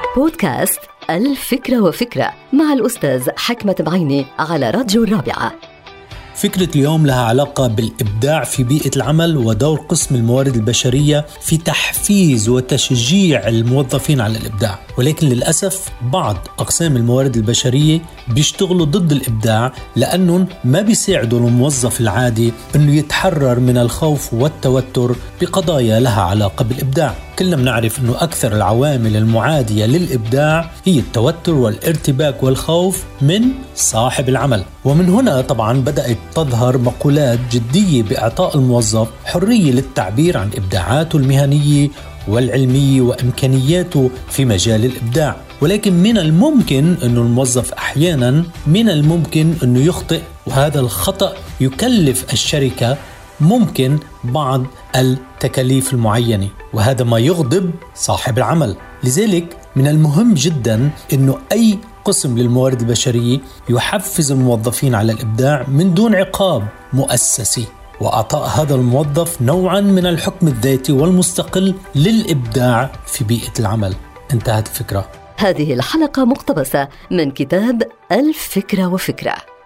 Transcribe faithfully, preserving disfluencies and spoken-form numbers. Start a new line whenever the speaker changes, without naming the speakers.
بودكاست الفكرة وفكرة مع الأستاذ حكمة بعيني على راديو الرابعة.
فكرة اليوم لها علاقة بالإبداع في بيئة العمل ودور قسم الموارد البشرية في تحفيز وتشجيع الموظفين على الإبداع. ولكن للأسف بعض أقسام الموارد البشرية بيشتغلوا ضد الإبداع لأنهم ما بيساعدوا الموظف العادي أنه يتحرر من الخوف والتوتر بقضايا لها علاقة بالإبداع. كلنا بنعرف أنه أكثر العوامل المعادية للإبداع هي التوتر والارتباك والخوف من صاحب العمل. ومن هنا طبعا بدأت تظهر مقولات جدية بإعطاء الموظف حرية للتعبير عن إبداعاته المهنية والعلمية وإمكانياته في مجال الإبداع. ولكن من الممكن أنه الموظف أحيانا من الممكن أنه يخطئ، وهذا الخطأ يكلف الشركة ممكن بعض التكاليف المعينة، وهذا ما يغضب صاحب العمل. لذلك من المهم جدا أنه أي قسم للموارد البشرية يحفز الموظفين على الإبداع من دون عقاب مؤسسي، وأعطاء هذا الموظف نوعا من الحكم الذاتي والمستقل للإبداع في بيئة العمل. انتهت الفكرة.
هذه الحلقة مقتبسة من كتاب الفكرة وفكرة.